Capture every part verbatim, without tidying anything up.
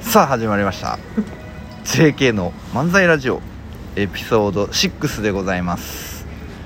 さあ始まりました ジェーケー の漫才ラジオエピソードろくでございます。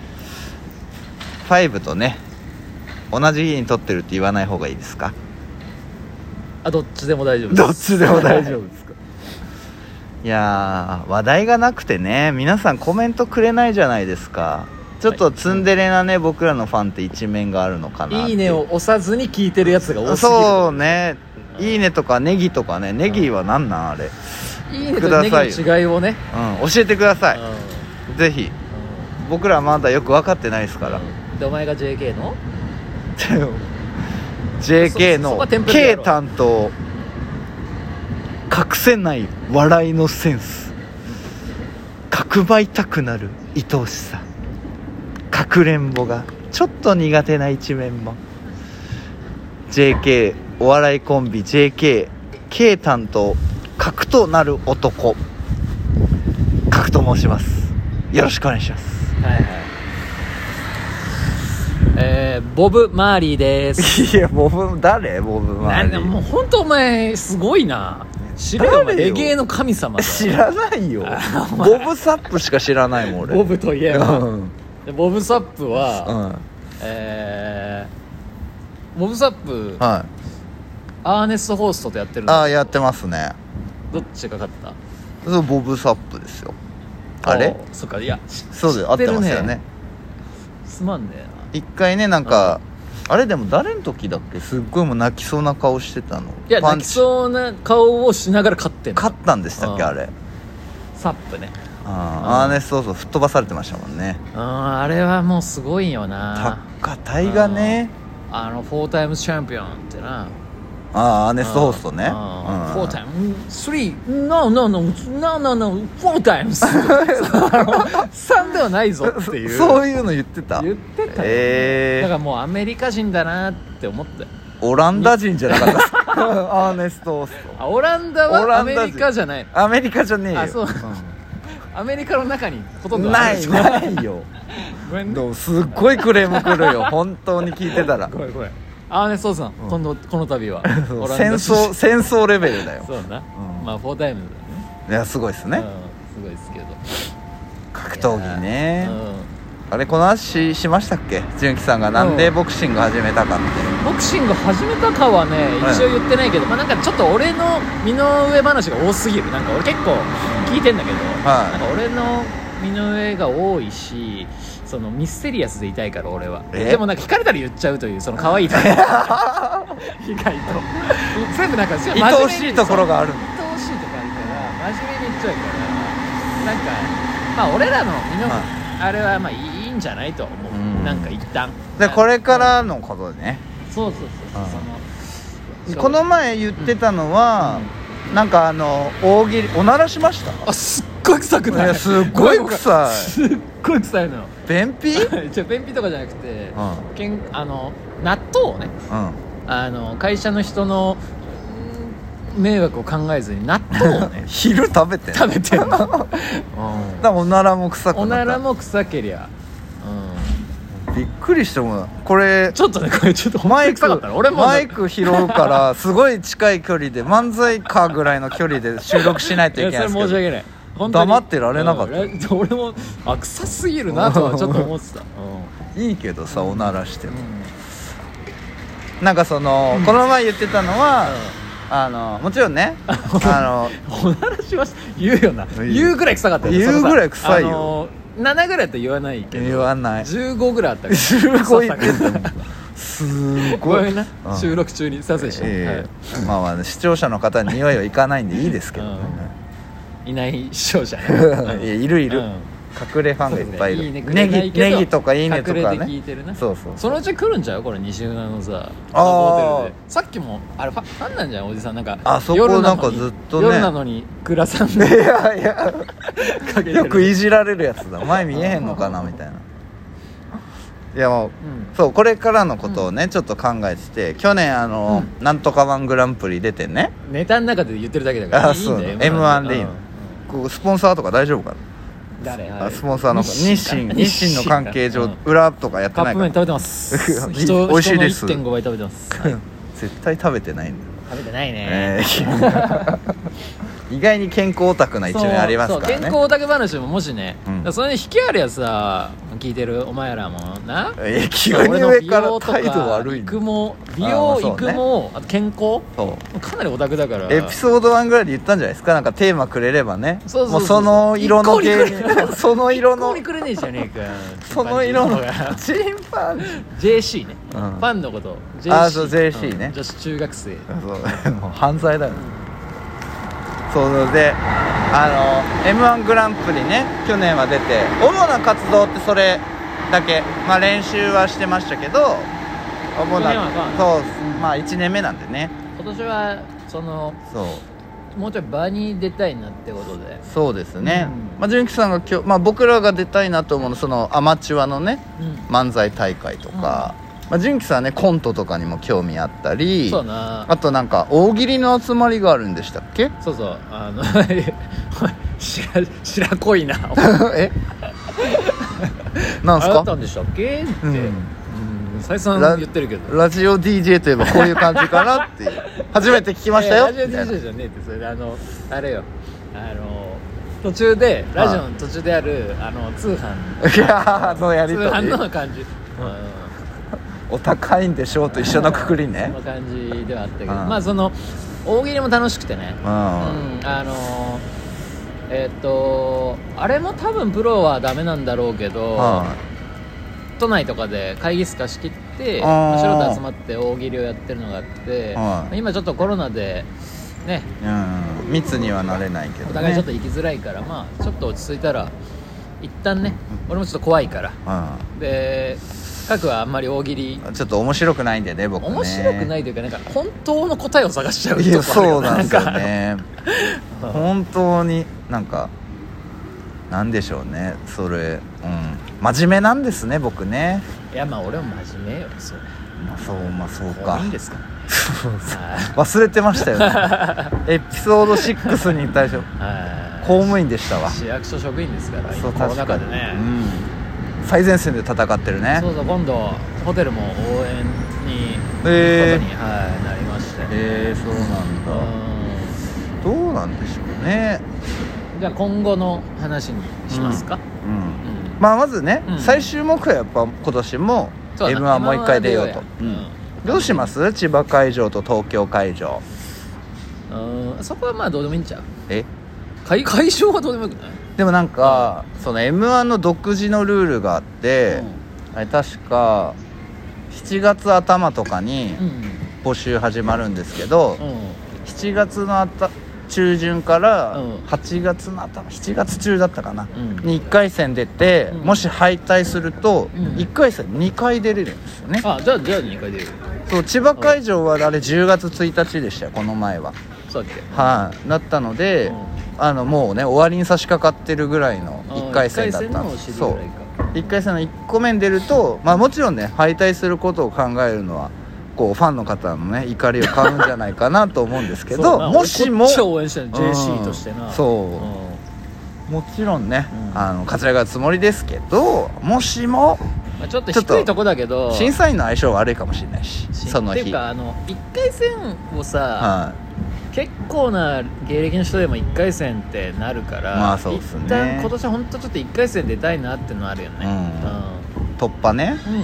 ごとね同じ日に撮ってるって言わない方がいいですか？ あ、どっちでも大丈夫です。 どっちでも大丈夫ですか？いやー話題がなくてね、皆さんコメントくれないじゃないですか。ちょっとツンデレなね、僕らのファンって一面があるのかなって。 いいねを押さずに聞いてるやつが多すぎる。 そうね、いいねとかネギとかね、ネギはなんなんあれ、 いいねとネギの違いをね、 うん、教えてください、 うん、 ぜひ、うん、僕らまだよく分かってないですから、 うん、でお前が ジェーケー のジェーケー の K 担当、隠せない笑いのセンス、角張りたくなる愛おしさ、かくれんぼがちょっと苦手な一面も ジェーケー お笑いコンビ ジェーケー K 担当核となる男、核と申します。よろしくお願いします。 はいはい、えー、ボブ・マーリーです。 いやボブ誰ボブマーリー、 もう本当お前すごいな。知れよ、レゲエの神様だ。 知らないよ。ボブサップしか知らないもん俺。 ボブといえば、うん、でボブサップは、 うん、 えー、ボブサップ、 はい、 アーネスト・ホーストとやってるんだ。 ああやってますね。 どっちが勝った？ そうボブサップですよ。あれ？ そっか、いやそうで合ってますよね。 すまんねえな。 一回ねなんか、うん、あれでも誰の時だっけ、すっごいもう泣きそうな顔してたの。 いや泣きそうな顔をしながら勝ってんの。 勝ったんでしたっけ、 うん、 あれ。 サップね。 あ、アーネストそう吹っ飛ばされてましたもんね。 ああれはもうすごいよな。 高体がね、 あのフォータイムズチャンピオンってな。 ああ、アーネストホーストね。フォータイムスリー、ノーノーノーノーノーノーフォータイムスさんではないぞっていうそういうの言ってた。 言ってたよ、 えー、 だからもうアメリカ人だなって思ったよ。 オランダ人じゃなかったアーネストホースト。 あ、オランダはアメリカじゃない。 アメリカじゃねえよ。 あ、そう、うん、アメリカの中にほとんどないないよごめんね、すっごいクレーム来るよ本当に聞いてたら。 ごめんごめん。アーネストさん、うん、今度この度は戦争戦争レベルだよ。 そうだな、うん、まあフォータイムだね。 いやすごいですね、うん、 すごいですけど。 格闘技ね、うん、あれこの話しましたっけ、純喜さんがなんでボクシング始めたかって。 ボクシング始めたかはね一応言ってないけど、うん、まあなんかちょっと俺の身の上話が多すぎる。なんか俺結構聞いてんだけど、はい、なんか俺の身の上が多いし、そのミステリアスでいたいから俺は。でもなんか聞かれたら言っちゃうというその可愛いと意外と全部なんか愛おしいところがある。 愛おしいところあるから真面目に言っちゃうから、なんかまあ俺らの身の、はい、あれはまあいいんじゃないと思う、うん、なんか一旦でこれからのことでね。 そうそうそうそう、 そのこの前言ってたのは、うん、なんかあの大喜利おならしました。 あ、すっごい臭くない？いやすっごい臭いすっごい臭いのよ。 便秘？ じゃ便秘とかじゃなくて、うん、けんあの納豆をね、うん、あの会社の人の迷惑を考えずに納豆をね昼食べてん食べてんの、うん、だからおならも臭くなった。 おならも臭けりゃ、 うん、びっくりしてもこれちょっとねこれちょっとマイク俺もマイク拾うからすごい近い距離で漫才かぐらいの距離で収録しないといけないんですけど、 それ申し訳ない、 黙ってられなかった、 うん、俺もあ臭すぎるなとはちょっと思ってた、 うん、いいけどさ、おならしても、うん、なんかその、うん、この前言ってたのは、うん、あのもちろんねあのおならしました言うよな、言うぐらい臭かったよ。 言うぐらい臭いよ、あのななぐらいだと言わないけど言わない。 じゅうごぐらいあったからじゅうご言ってたすごいな、うん、収録中に撮影して、 えーはい、まあまあ視聴者の方に匂いはいかないんでいいですけどね、 うん、いない視聴者ねいやいるいる、うん、隠れファンがいっぱいいる、ね、いいね、ネギネギとかいいねとかね、 隠れて聞いてるな。 そうそう、 そのうち来るんちゃうこれ西浦のさあホテルで。 さっきもあれファファンなんじゃんおじさん。なんかあそこなんかずっとね夜なのに倉さんいやいやよくいじられるやつだ、前見えへんのかなみたいな。いやもう、うん、そうこれからのことをね、うん、ちょっと考えてて、去年あの、うん、なんとかワングランプリ出てね、 ネタの中で言ってるだけだからあいいんだよ エムワン でいいの、うん、こうスポンサーとか大丈夫かな。 誰あスポンサーの日清日清の関係上、うん、裏とかやってないから。 カップ麺食べてます人美味しいです。 人の いってんご 倍食べてます、はい、 絶対食べてないんだよ。 食べてないね、 えー意外に健康オタクな一面ありますからね。 そうそう健康オタク話ももしね、 うん、 だからそれに引きあるやつさ聞いてるお前らもな、 え急に上から態度悪い育毛美容、 ね、 育毛あと健康そうかなりオタクだから。 エピソードワンぐらいで言ったんじゃないですか。なんかテーマくれればね、 そうそうそうそう、 もうその色の芸人その色の一向にくれねえじゃねえかその色のチンパンジェーシー ね、 うん、 ファンのこと ジェーシーあそう ジェーシー ね、 うん、女子中学生そうもう犯罪だよ、そうであの エムワン グランプリね去年は出て、主な活動ってそれだけ、まあ練習はしてましたけど、主なそうまあいちねんめなんでね、 今年はそのそうもうちょい場に出たいなってことで。 そうですね、 うん、 まあ純喜さんが今日、まあ、僕らが出たいなと思うのそのアマチュアのね、 うん、 漫才大会とか、うんまあ、純喜さんはねコントとかにも興味あったり、 そうなあとなんか大喜利の集まりがあるんでしたっけ。 そうそうあの知ら白濃いなえなんすかあったんでしたっけって、うん再三言ってるけどラジオ ディージェー といえばこういう感じかなっていう初めて聞きましたよ、 ラジオ ディージェー じゃねえってそれであのあれよあの途中でラジオの途中であるあの通販いやのやりとり通販の感じ、うん、 お高いんでしょうと一緒のくくりねそんな感じではあったけど、 うん、 まあその大喜利も楽しくてね、 うん、うん、 あのえっ、ー、とあれも多分プロはダメなんだろうけど、うん都内とかで会議室貸し切って素人集まって大喜利をやってるのがあって、今ちょっとコロナでね、 うん、密にはなれないけど、ね、 お互いちょっと行きづらいから、まあちょっと落ち着いたら一旦ね、俺もちょっと怖いから、うん、で各はあんまり大喜利ちょっと面白くないんでね僕ね面白くないというかなんか本当の答えを探しちゃうとこいやそうなんですよね本当になんかなんでしょうねそれ、うん、真面目なんですね僕ね。 いやまあ俺も真面目よそれ、 まあ、そうまあそうかいいんですか忘れてましたよねエピソードシックスに対して公務員でしたわ。 市役所職員ですからそうコロナ禍でね、 うん、最前線で戦ってるね。 そうそう今度ホテルも応援に行くことに、 えーはい、なりましてえー、そうなんだ、うん、どうなんでしょうね。 じゃあ今後の話にしますか、 うんうんうん、まあまずね、うん、最終目標はやっぱ今年も エムワン もう一回出ようと、うん、どうします千葉会場と東京会場。 うんそこはまあどうでもいいんちゃう。 え会, 会場はどうでもよくない。 でもなんか、うん、その エムワン の独自のルールがあって、うん、あれ確かしちがつ頭とかに募集始まるんですけど、うん、しちがつの頭中旬からはちがつの頭しちがつ中だったかな、うん、にいっかい戦出て、うん、もし敗退すると、うん、いっかい戦にかい出れるんですよね。 あじゃあじゃあにかい出れる。 そう千葉会場はあれじゅうがつついたちでしたよこの前は。 そうだっけ。 はい、だったので、うん、あのもうね終わりに差し掛かってるぐらいのいっかい戦だったんです。そういっかい戦のいっこめに出ると、まあ、もちろんね敗退することを考えるのはこうファンの方のね怒りを買うんじゃないかなと思うんですけどもしもこっちを応援してる ジェーシー としてな、 うん、そう、うん、もちろんね、うん、あの勝ち上がるつもりですけどもしも、 まあ、ちょっと低いとこだけど審査員の相性悪いかもしれないしその日っていうかあのいっかい戦をさ、はい、結構な芸歴の人でもいっかい戦ってなるからまあそうですね。 一旦今年は本当ちょっといっかい戦出たいなってのあるよね、 うんうん、突破ね、うんうん、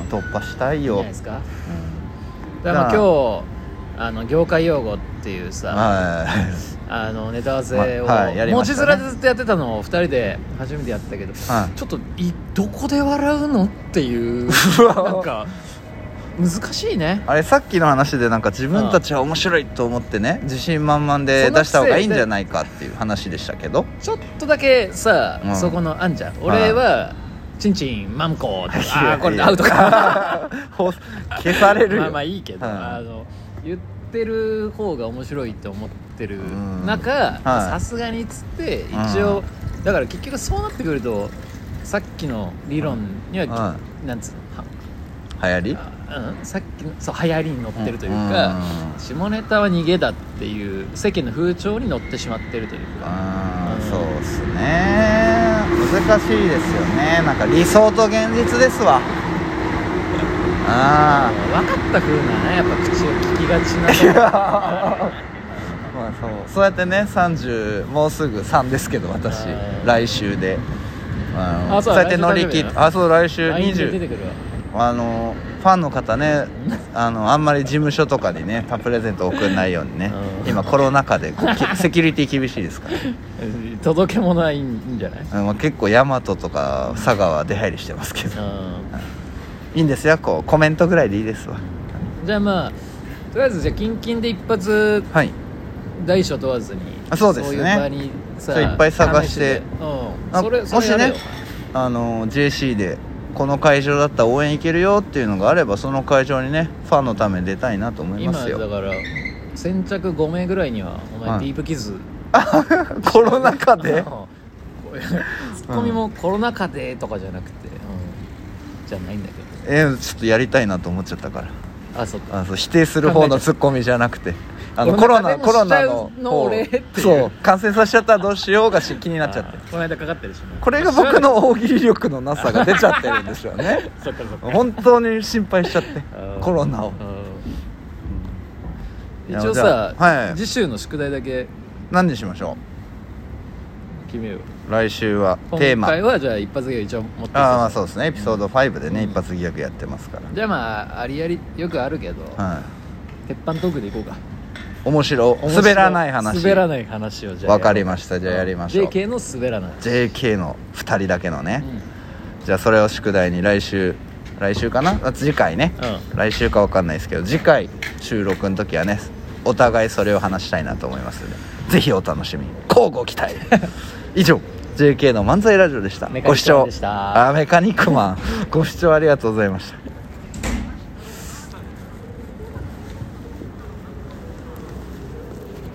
突破したいよ。いいじゃないですか、うんだから今日あの業界用語っていうさ、はい、あのネタ合わせを、まはいね、文字面でずっとやってたのをふたりで初めてやったけど、はい、ちょっといどこで笑うのっていうなんか難しいね。 あれさっきの話でなんか自分たちは面白いと思ってね自信満々で出した方がいいんじゃないかっていう話でしたけどちょっとだけさ、うん、そこのあんじゃん俺はチンチンマンコーってああこれでアウトか消されるよまあまあいいけど、うん、あの言ってる方が面白いって思ってる中さすがにっつって一応、うん、だから結局そうなってくるとさっきの理論には、うん、なんつうの流行り、 うん、さっきのそう流行りに乗ってるというか、うん、下ネタは逃げだっていう世間の風潮に乗ってしまってるというか、 うん、そうっすね難しいですよね。なんか理想と現実ですわ。あ分かった風なねやっぱ口を聞きがちなとこ、 ままあ、そうそうやってねさんじゅうもうすぐさんですけど私来週であのあそうそうやって乗り切ってあそう来週ラインにじゅうで出てくるあのファンの方ねあのあんまり事務所とかにねプレゼント送んないようにね今コロナ禍でこうセキュリティ厳しいですから届け物はいいんじゃない、 まあ、結構大和とか佐賀は出入りしてますけどいいんですよこうコメントぐらいでいいですわ。 じゃあまあとりあえずじゃあキンキンで一発、はい、大小問わずにあそうですねそういう場にさいっぱい探して、 うん、それそれもしねあの ジェーシー でこの会場だったら応援行けるよっていうのがあればその会場にねファンのために出たいなと思いますよ。 今だから先着ご名ぐらいにはお前、はい、ディープキズコロナ禍でツッコミもコロナ禍でとかじゃなくて、うん、じゃないんだけどえー、ちょっとやりたいなと思っちゃったからあそっかあそう否定する方のツッコミじゃなくてあのコロナコロナのの俺っていうそう感染させちゃったらどうしようがし気になっちゃってこの間かかってるし、ね、 これが僕の大喜利力のなさが出ちゃってるんですよねそっかそっか本当に心配しちゃってコロナを一応さ、 はい、 次週の宿題だけ何にしましょう決めよう。 来週はテーマ今回はじゃあ一発ギャグ一応持ってああまあそうですねエピソードごでね、うん、一発ギャグやってますからじゃあまあありありよくあるけど、はい、鉄板トークでいこうか。 面白滑らない話滑らない話をじゃあ分かりましたじゃあやりましょう。 ジェーケー の滑らないジェーケー のふたりだけのね、うん、じゃあそれを宿題に来週来週かな次回ね、うん、来週か分かんないですけど次回収録の時はねお互いそれを話したいなと思いますのでぜひお楽しみに乞うご期待以上 ジェーケー の漫才ラジオでした。ご視聴あメカニックマンご視聴ありがとうございました。